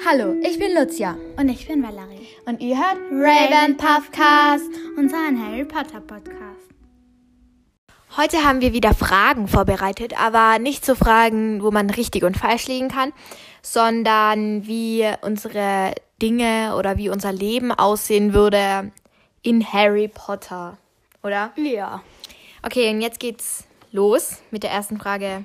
Hallo, ich bin Lucia. Und ich bin Valerie. Und ihr hört Raven Puffcast, unseren Harry Potter Podcast. Heute haben wir wieder Fragen vorbereitet, aber nicht so Fragen, wo man richtig und falsch liegen kann, sondern wie unsere Dinge oder wie unser Leben aussehen würde in Harry Potter, oder? Ja. Okay, und jetzt geht's los mit der ersten Frage.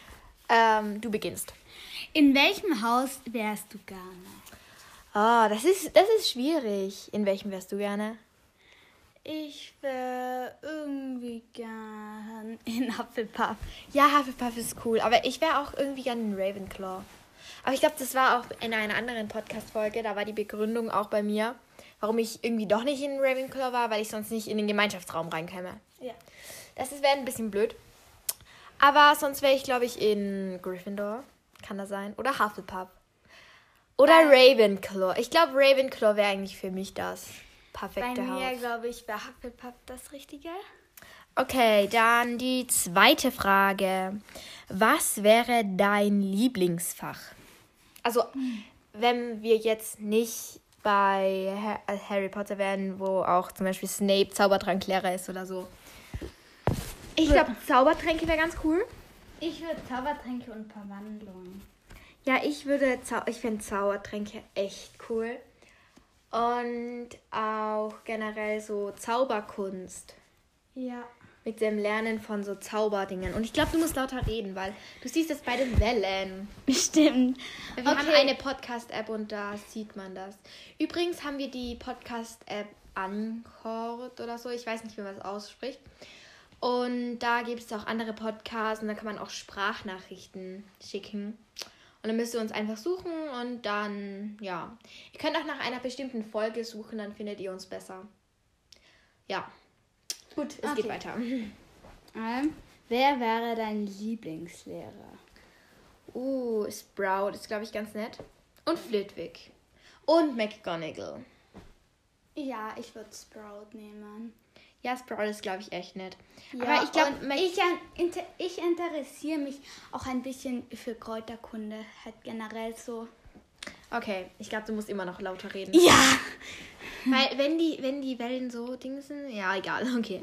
Du beginnst. In welchem Haus wärst du gerne? Oh, das ist schwierig. In welchem wärst du gerne? Ich wäre irgendwie gern in Hufflepuff. Ja, Hufflepuff ist cool, aber ich wäre auch irgendwie gerne in Ravenclaw. Aber ich glaube, das war auch in einer anderen Podcast-Folge, da war die Begründung auch bei mir, warum ich irgendwie doch nicht in Ravenclaw war, weil ich sonst nicht in den Gemeinschaftsraum reinkäme. Ja. Das wäre ein bisschen blöd. Aber sonst wäre ich, glaube ich, in Gryffindor. Kann das sein? Oder Hufflepuff. Oder Ravenclaw. Ich glaube, Ravenclaw wäre eigentlich für mich das perfekte Haus. Bei mir, glaube ich, wäre Hufflepuff das Richtige. Okay, dann die zweite Frage. Was wäre dein Lieblingsfach? Also, wenn wir jetzt nicht bei Harry Potter wären, wo auch zum Beispiel Snape Zaubertranklehrer ist oder so. Ich glaube, Zaubertränke wäre ganz cool. Ich würde Zaubertränke und Verwandlungen. Ja, ich finde Zaubertränke echt cool. Und auch generell so Zauberkunst. Ja. Mit dem Lernen von so Zauberdingen. Und ich glaube, du musst lauter reden, weil du siehst es bei den Wellen. Stimmt. Wir haben eine Podcast-App und da sieht man das. Übrigens haben wir die Podcast-App Anchor oder so. Ich weiß nicht, wie man das ausspricht. Und da gibt es auch andere Podcasts und da kann man auch Sprachnachrichten schicken. Und dann müsst ihr uns einfach suchen und dann, ja. Ihr könnt auch nach einer bestimmten Folge suchen, dann findet ihr uns besser. Ja. Gut, es geht weiter. Wer wäre dein Lieblingslehrer? Sprout ist, glaube ich, ganz nett. Und Flitwick. Und McGonagall. Ja, ich würde Sprout nehmen. Ja, Sprout ist, glaube ich, echt nett. Ja, aber ich glaube, ich interessiere mich auch ein bisschen für Kräuterkunde, halt generell so. Okay, ich glaube, du musst immer noch lauter reden. Ja! Weil wenn die Wellen so Dinge sind, ja, egal, okay.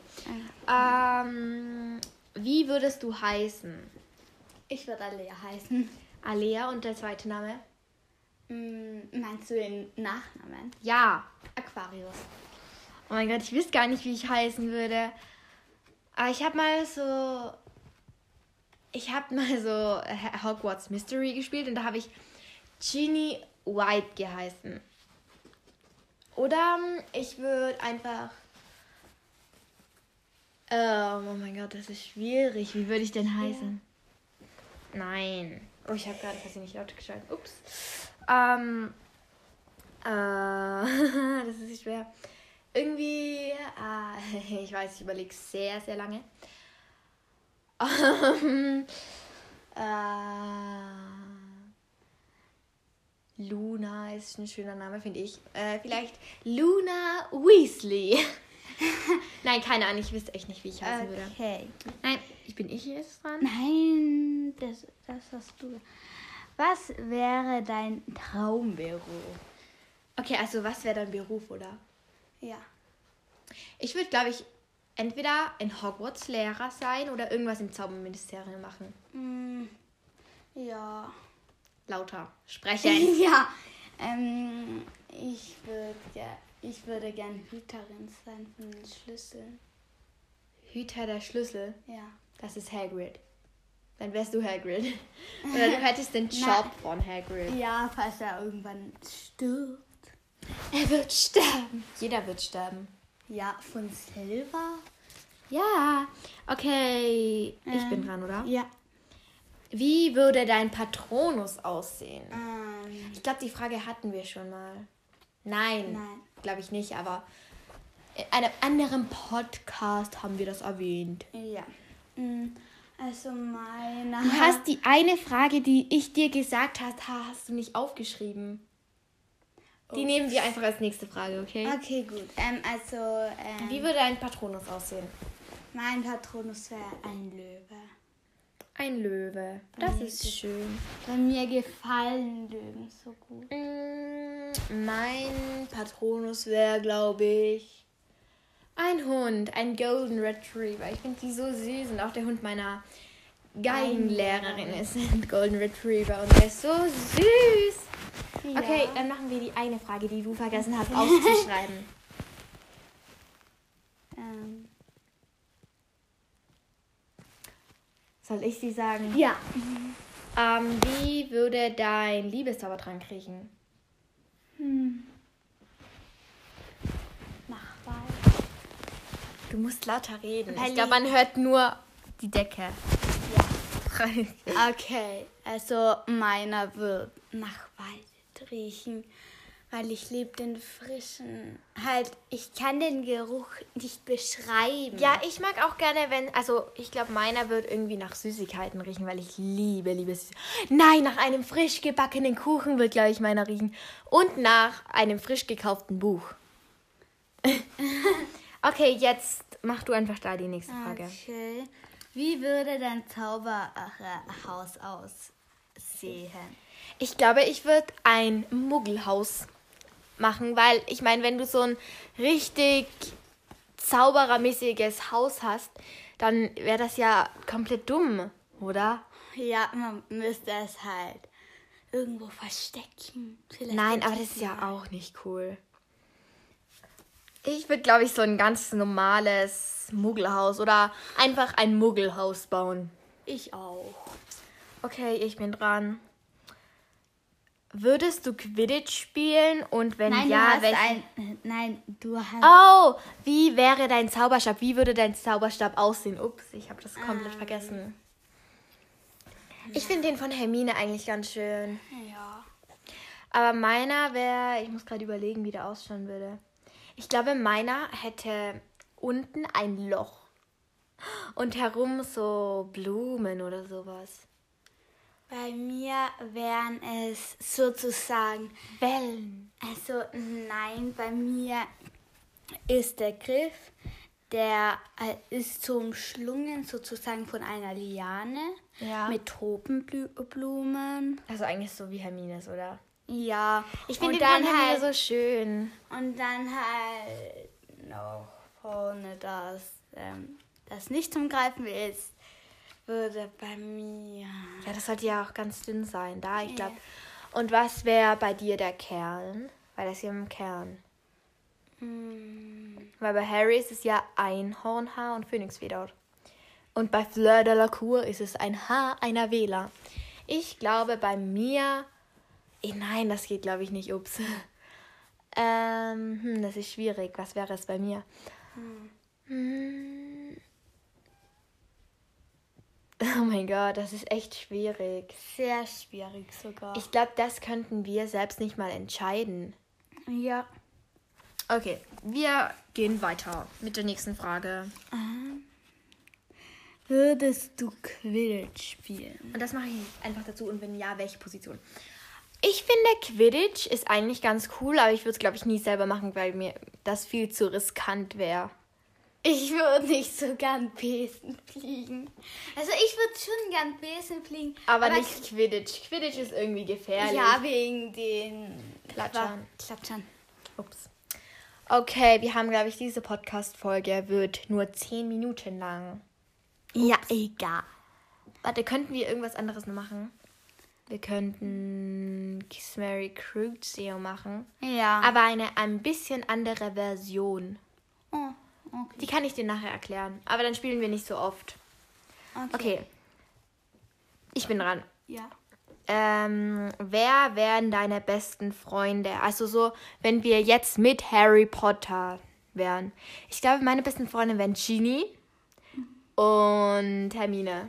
Wie würdest du heißen? Ich würde Alea heißen. Alea und der zweite Name? Meinst du den Nachnamen? Ja. Aquarius. Oh mein Gott, ich wüsste gar nicht, wie ich heißen würde. Aber ich habe mal so Hogwarts Mystery gespielt und da habe ich Ginny White geheißen. Oder ich würde einfach... oh mein Gott, das ist schwierig. Wie würde ich denn heißen? Ja. Nein. Oh, ich habe gerade fast nicht laut geschaltet. Ups. Das ist schwer. Irgendwie, ich weiß, ich überlege sehr, sehr lange. Luna ist ein schöner Name, finde ich. Vielleicht Luna Weasley. Nein, keine Ahnung, ich wüsste echt nicht, wie ich heißen würde. Okay. Nein, bin ich jetzt dran? Nein, das hast du. Was wäre dein Traumberuf? Okay, also was wäre dein Beruf, oder? Ja. Ich würde, glaube ich, entweder ein Hogwarts-Lehrer sein oder irgendwas im Zauberministerium machen. Ja. Lauter sprechen. Ja. Ich würde gern Hüterin sein von den Schlüsseln. Hüter der Schlüssel? Ja. Das ist Hagrid. Dann wärst du Hagrid. Oder du hättest den Job von Hagrid. Ja, falls er irgendwann stirbt. Er wird sterben. Jeder wird sterben. Ja, von selber? Ja. Okay, ich bin dran, oder? Ja. Wie würde dein Patronus aussehen? Ich glaube, die Frage hatten wir schon mal. Nein. Glaube ich nicht, aber in einem anderen Podcast haben wir das erwähnt. Ja. Also meine... Du hast die eine Frage, die ich dir gesagt habe, hast du nicht aufgeschrieben. Die nehmen wir einfach als nächste Frage, okay? Okay, gut. Wie würde dein Patronus aussehen? Mein Patronus wäre ein Löwe. Ein Löwe. Das ist schön. Bei mir gefallen Löwen so gut. Mein Patronus wäre, glaube ich, ein Hund, ein Golden Retriever. Ich finde die so süß und auch der Hund meiner Geigenlehrerin ist ein Golden Retriever und der ist so süß. Ja. Okay, dann machen wir die eine Frage, die du vergessen hast aufzuschreiben. Soll ich sie sagen? Ja. Wie würde dein Liebeszaubertrank riechen? Machbar. Du musst lauter reden. Ich glaube, man hört nur die Decke. Ja. Okay, also meiner wird nach Wald riechen, weil ich liebe den frischen. Ich kann den Geruch nicht beschreiben. Ja, ich mag auch gerne, ich glaube, meiner wird irgendwie nach Süßigkeiten riechen, weil ich liebe Süßigkeiten. Nein, nach einem frisch gebackenen Kuchen wird, glaube ich, meiner riechen. Und nach einem frisch gekauften Buch. Okay, jetzt mach du einfach da die nächste Frage. Okay. Wie würde dein Zauberhaus aussehen? Ich glaube, ich würde ein Muggelhaus machen, weil ich meine, wenn du so ein richtig zauberermäßiges Haus hast, dann wäre das ja komplett dumm, oder? Ja, man müsste es halt irgendwo verstecken. Vielleicht nein, aber das ist ja auch nicht cool. Ich würde, glaube ich, so ein ganz normales Muggelhaus oder einfach ein Muggelhaus bauen. Ich auch. Okay, ich bin dran. Würdest du Quidditch spielen und wenn nein, ja, du hast... Oh, wie wäre dein Zauberstab? Wie würde dein Zauberstab aussehen? Ups, ich habe das komplett vergessen. Ich finde den von Hermine eigentlich ganz schön. Ja. Aber meiner wäre... Ich muss gerade überlegen, wie der ausschauen würde. Ich glaube, meiner hätte unten ein Loch und herum so Blumen oder sowas. Bei mir wären es sozusagen Wellen. Also nein, bei mir ist der Griff, der ist so umschlungen sozusagen von einer Liane mit Tropenblumen. Also eigentlich so wie Hermines, oder? Ja. Ich finde den von Hermine so schön. Und dann halt noch vorne das nicht zum Greifen ist. Würde bei mir... Ja, das sollte ja auch ganz dünn sein, da, ich glaube. Und was wäre bei dir der Kern? Weil das hier im Kern. Weil bei Harry ist es ja Einhornhaar und Phönixfeder. Und bei Fleur de la Cour ist es ein Haar einer Wähler. Ich glaube bei mir... Nein, das geht, glaube ich, nicht. Ups. Das ist schwierig. Was wäre es bei mir? Oh mein Gott, das ist echt schwierig. Sehr schwierig sogar. Ich glaube, das könnten wir selbst nicht mal entscheiden. Ja. Okay, wir gehen weiter mit der nächsten Frage. Würdest du Quidditch spielen? Und das mache ich einfach dazu. Und wenn ja, welche Position? Ich finde, Quidditch ist eigentlich ganz cool, aber ich würde es, glaube ich, nie selber machen, weil mir das viel zu riskant wäre. Ich würde nicht so gern Besen fliegen. Also ich würde schon gern Besen fliegen. Aber nicht Quidditch. Quidditch ist irgendwie gefährlich. Ja, wegen den Klatschern. Ups. Okay, wir haben, glaube ich, diese Podcast-Folge wird nur 10 Minuten lang. Ups. Ja, egal. Warte, könnten wir irgendwas anderes noch machen? Wir könnten Kiss, Mary, Crucio machen. Ja. Aber eine ein bisschen andere Version. Oh, okay. Die kann ich dir nachher erklären. Aber dann spielen wir nicht so oft. Okay. Ich bin dran. Ja. Wer wären deine besten Freunde? Also so, wenn wir jetzt mit Harry Potter wären. Ich glaube, meine besten Freunde wären Ginny und Hermine.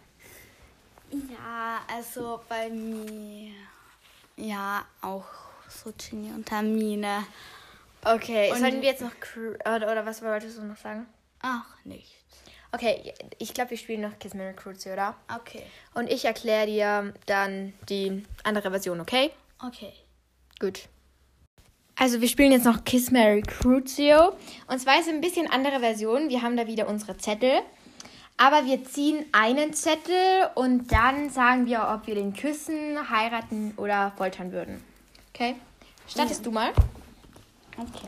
Ja, also bei mir. Ja, auch so Ginny und Hermine. Okay, und sollen wir jetzt noch... Oder was wolltest du noch sagen? Ach, nichts. Okay, ich glaube, wir spielen noch Kiss, Mary, Crucio, oder? Okay. Und ich erkläre dir dann die andere Version, okay? Okay. Gut. Also wir spielen jetzt noch Kiss, Mary, Crucio. Und zwar ist es ein bisschen andere Version. Wir haben da wieder unsere Zettel. Aber wir ziehen einen Zettel und dann sagen wir, ob wir den küssen, heiraten oder foltern würden. Okay? Startest du mal? Okay.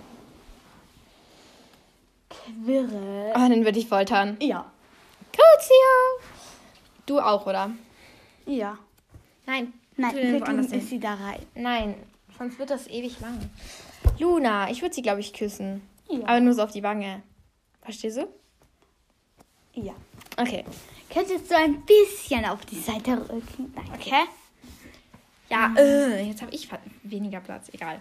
Quirre. Oh, dann würde ich foltern. Ja. Lucio! Du auch, oder? Ja. Nein. Nein, tu den wir woanders tun hin. sie da rein. Nein, sonst wird das ewig lang. Luna, ich würde sie, glaube ich, küssen. Ja. Aber nur so auf die Wange. Verstehst du? Ja. Okay. Könntest du ein bisschen auf die Seite rücken? Danke. Okay. Ja, jetzt habe ich weniger Platz. Egal.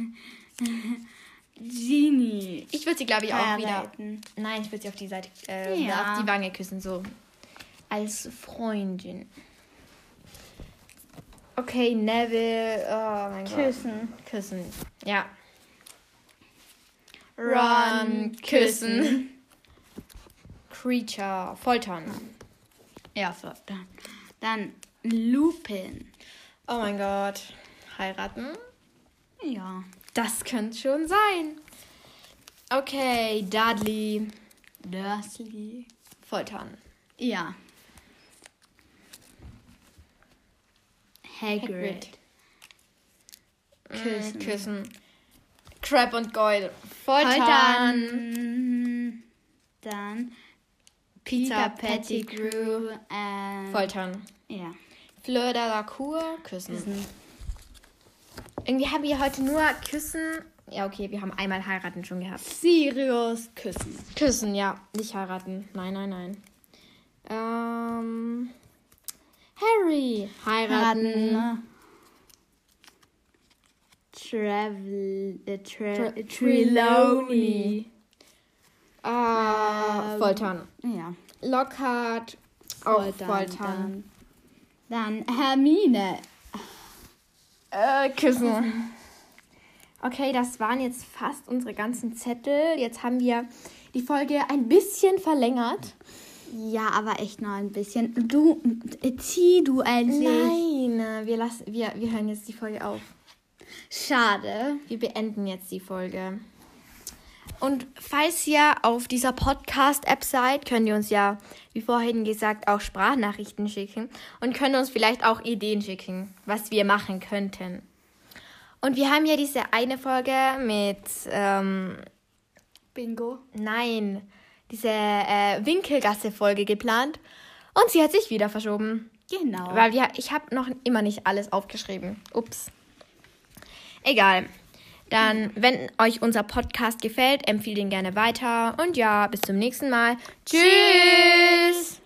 Genie. Ich würde sie, glaube ich, auch wieder... Heiraten. Nein, ich würde sie auf die Seite... Ja. auf die Wange küssen, so. Als Freundin. Okay, Neville. Oh mein Gott. Küssen. Küssen. Ja. Ron. Küssen. Creature. Foltern. Ja, so. Dann Lupin. Oh mein Gott. Heiraten? Ja. Das könnte schon sein. Okay, Dudley. Dursley. Foltern. Ja. Hagrid. Küssen. Küssen. Crab und Goyle. Foltern. Dann Peter Pettigrew. Foltern. Ja. Fleur de la Cour. Küssen. Irgendwie haben wir heute nur Küssen. Ja, okay, wir haben einmal heiraten schon gehabt. Sirius. Küssen. Küssen, ja. Nicht heiraten. Nein, nein, nein. Harry. Heiraten. Trelawney. Foltern. Ja. Lockhart. Auch foltern. Dann Hermine. Küssen. Okay, das waren jetzt fast unsere ganzen Zettel. Jetzt haben wir die Folge ein bisschen verlängert. Ja, aber echt noch ein bisschen. Zieh du endlich. Nein, wir hören jetzt die Folge auf. Schade. Wir beenden jetzt die Folge. Und falls ihr auf dieser Podcast-App seid, könnt ihr uns ja, wie vorhin gesagt, auch Sprachnachrichten schicken und könnt uns vielleicht auch Ideen schicken, was wir machen könnten. Und wir haben ja diese eine Folge mit, Bingo. nein, diese Winkelgasse-Folge geplant und sie hat sich wieder verschoben. Genau. Weil ich habe noch immer nicht alles aufgeschrieben. Ups. Egal. Dann, wenn euch unser Podcast gefällt, empfiehlt ihn gerne weiter. Und ja, bis zum nächsten Mal. Tschüss!